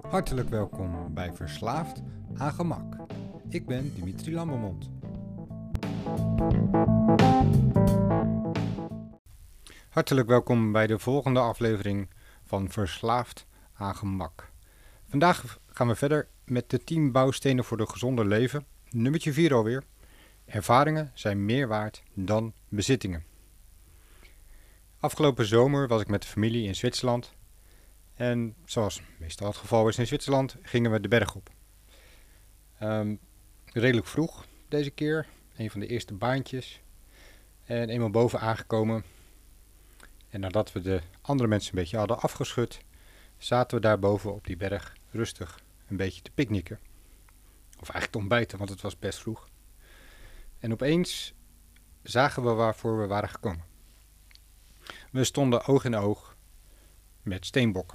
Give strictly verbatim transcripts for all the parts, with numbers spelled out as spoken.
Hartelijk welkom bij Verslaafd aan Gemak. Ik ben Dimitri Lambermond. Hartelijk welkom bij de volgende aflevering van Verslaafd aan Gemak. Vandaag gaan we verder met de tien bouwstenen voor een gezonder leven. Nummertje vier alweer. Ervaringen zijn meer waard dan bezittingen. Afgelopen zomer was ik met de familie in Zwitserland. En zoals meestal het geval is in Zwitserland, gingen we de berg op. Um, redelijk vroeg deze keer, een van de eerste baantjes. En eenmaal boven aangekomen. En nadat we de andere mensen een beetje hadden afgeschud, zaten we daar boven op die berg rustig een beetje te picknicken. Of eigenlijk te ontbijten, want het was best vroeg. En opeens zagen we waarvoor we waren gekomen. We stonden oog in oog met steenbokken.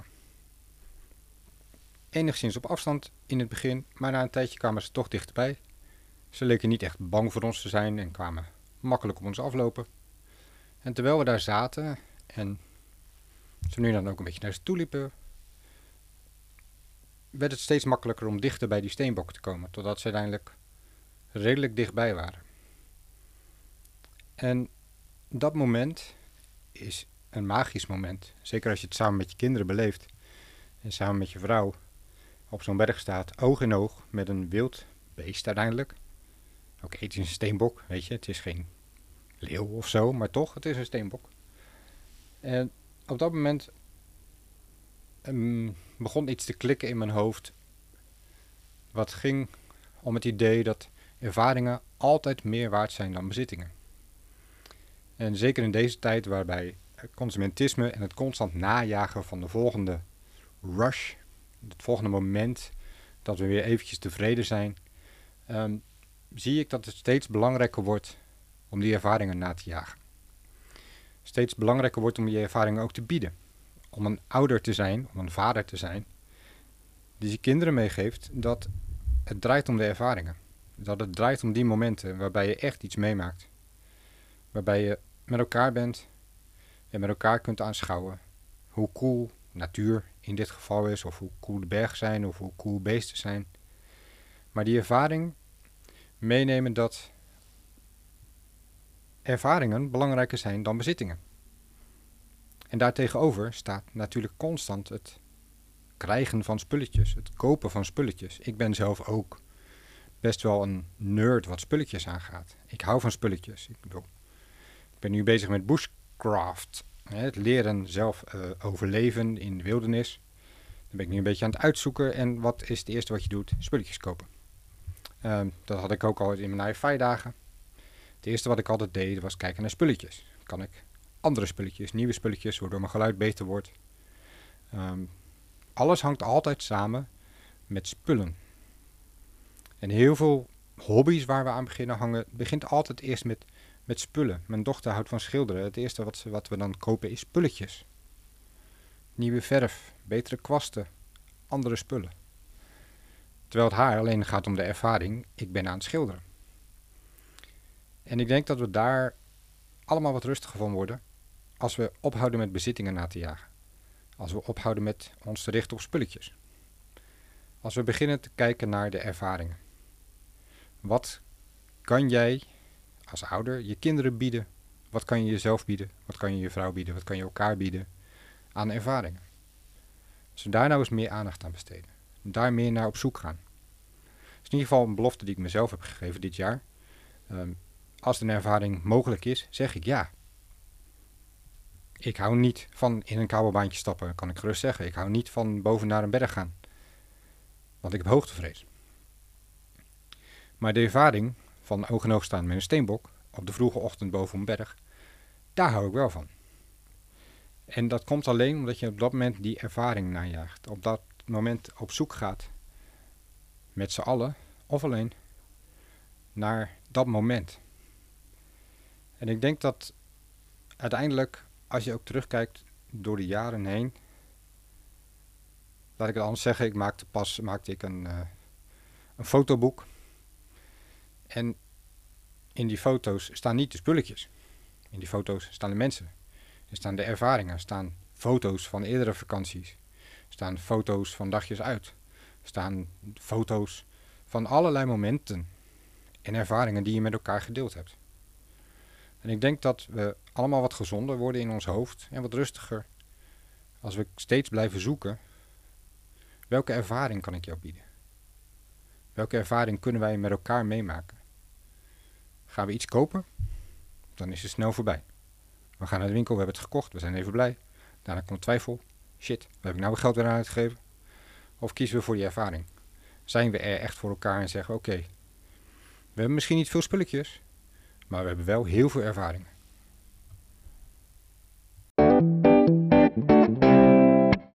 Enigszins op afstand in het begin, maar na een tijdje kwamen ze toch dichterbij. Ze leken niet echt bang voor ons te zijn en kwamen makkelijk op ons aflopen. En terwijl we daar zaten en ze nu dan ook een beetje naar ze toe liepen, werd het steeds makkelijker om dichter bij die steenbokken te komen, totdat ze uiteindelijk redelijk dichtbij waren. En dat moment is een magisch moment, zeker als je het samen met je kinderen beleeft en samen met je vrouw op zo'n berg staat, oog in oog met een wild beest uiteindelijk. Oké, okay, het is een steenbok, weet je, het is geen leeuw of zo, maar toch, het is een steenbok. En op dat moment um, begon iets te klikken in mijn hoofd, wat ging om het idee dat ervaringen altijd meer waard zijn dan bezittingen. En zeker in deze tijd waarbij consumentisme en het constant najagen van de volgende rush, het volgende moment dat we weer eventjes tevreden zijn, um, zie ik dat het steeds belangrijker wordt om die ervaringen na te jagen. Steeds belangrijker wordt om die ervaringen ook te bieden. Om een ouder te zijn, om een vader te zijn, die zijn kinderen meegeeft dat het draait om de ervaringen. Dat het draait om die momenten waarbij je echt iets meemaakt. Waarbij je met elkaar bent en met elkaar kunt aanschouwen hoe cool natuur in dit geval is, of hoe cool de bergen zijn, of hoe cool beesten zijn. Maar die ervaring meenemen dat ervaringen belangrijker zijn dan bezittingen. En daartegenover staat natuurlijk constant het krijgen van spulletjes, het kopen van spulletjes. Ik ben zelf ook best wel een nerd wat spulletjes aangaat. Ik hou van spulletjes. Ik bedoel, ik ben nu bezig met bushcraft. Het leren zelf uh, overleven in de wildernis. Dan ben ik nu een beetje aan het uitzoeken. En wat is het eerste wat je doet? Spulletjes kopen. Uh, dat had ik ook al in mijn I F I-dagen. Het eerste wat ik altijd deed was kijken naar spulletjes. Kan ik andere spulletjes, nieuwe spulletjes, waardoor mijn geluid beter wordt. Um, alles hangt altijd samen met spullen. En heel veel hobby's waar we aan beginnen hangen, begint altijd eerst met, met spullen. Mijn dochter houdt van schilderen. Het eerste wat, ze, wat we dan kopen is spulletjes. Nieuwe verf, betere kwasten, andere spullen. Terwijl het haar alleen gaat om de ervaring, ik ben aan het schilderen. En ik denk dat we daar allemaal wat rustiger van worden als we ophouden met bezittingen na te jagen. Als we ophouden met ons te richten op spulletjes. Als we beginnen te kijken naar de ervaringen. Wat kan jij als ouder je kinderen bieden? Wat kan je jezelf bieden? Wat kan je je vrouw bieden? Wat kan je elkaar bieden aan ervaringen? Als we daar nou eens meer aandacht aan besteden. Daar meer naar op zoek gaan. Dat is in ieder geval een belofte die ik mezelf heb gegeven dit jaar. Um, als een ervaring mogelijk is, zeg ik ja. Ik hou niet van in een kabelbaantje stappen, kan ik gerust zeggen. Ik hou niet van boven naar een berg gaan. Want ik heb hoogtevrees. Maar de ervaring van oog in oog staan met een steenbok op de vroege ochtend boven een berg, daar hou ik wel van. En dat komt alleen omdat je op dat moment die ervaring najaagt. Op dat moment op zoek gaat, met z'n allen of alleen, naar dat moment. En ik denk dat uiteindelijk, als je ook terugkijkt door de jaren heen, laat ik het anders zeggen, ik maakte pas maakte ik een, uh, een fotoboek. En in die foto's staan niet de spulletjes. In die foto's staan de mensen. Er staan de ervaringen, er staan foto's van eerdere vakanties. Er staan foto's van dagjes uit. staan foto's van allerlei momenten en ervaringen die je met elkaar gedeeld hebt. En ik denk dat we allemaal wat gezonder worden in ons hoofd en wat rustiger als we steeds blijven zoeken. Welke ervaring kan ik jou bieden? Welke ervaring kunnen wij met elkaar meemaken? Gaan we iets kopen? Dan is het snel voorbij. We gaan naar de winkel, we hebben het gekocht, we zijn even blij. Daarna komt twijfel. Shit, waar heb ik nou weer geld weer aan uitgegeven? Of kiezen we voor die ervaring? Zijn we er echt voor elkaar en zeggen, oké, okay, we hebben misschien niet veel spulletjes, maar we hebben wel heel veel ervaring.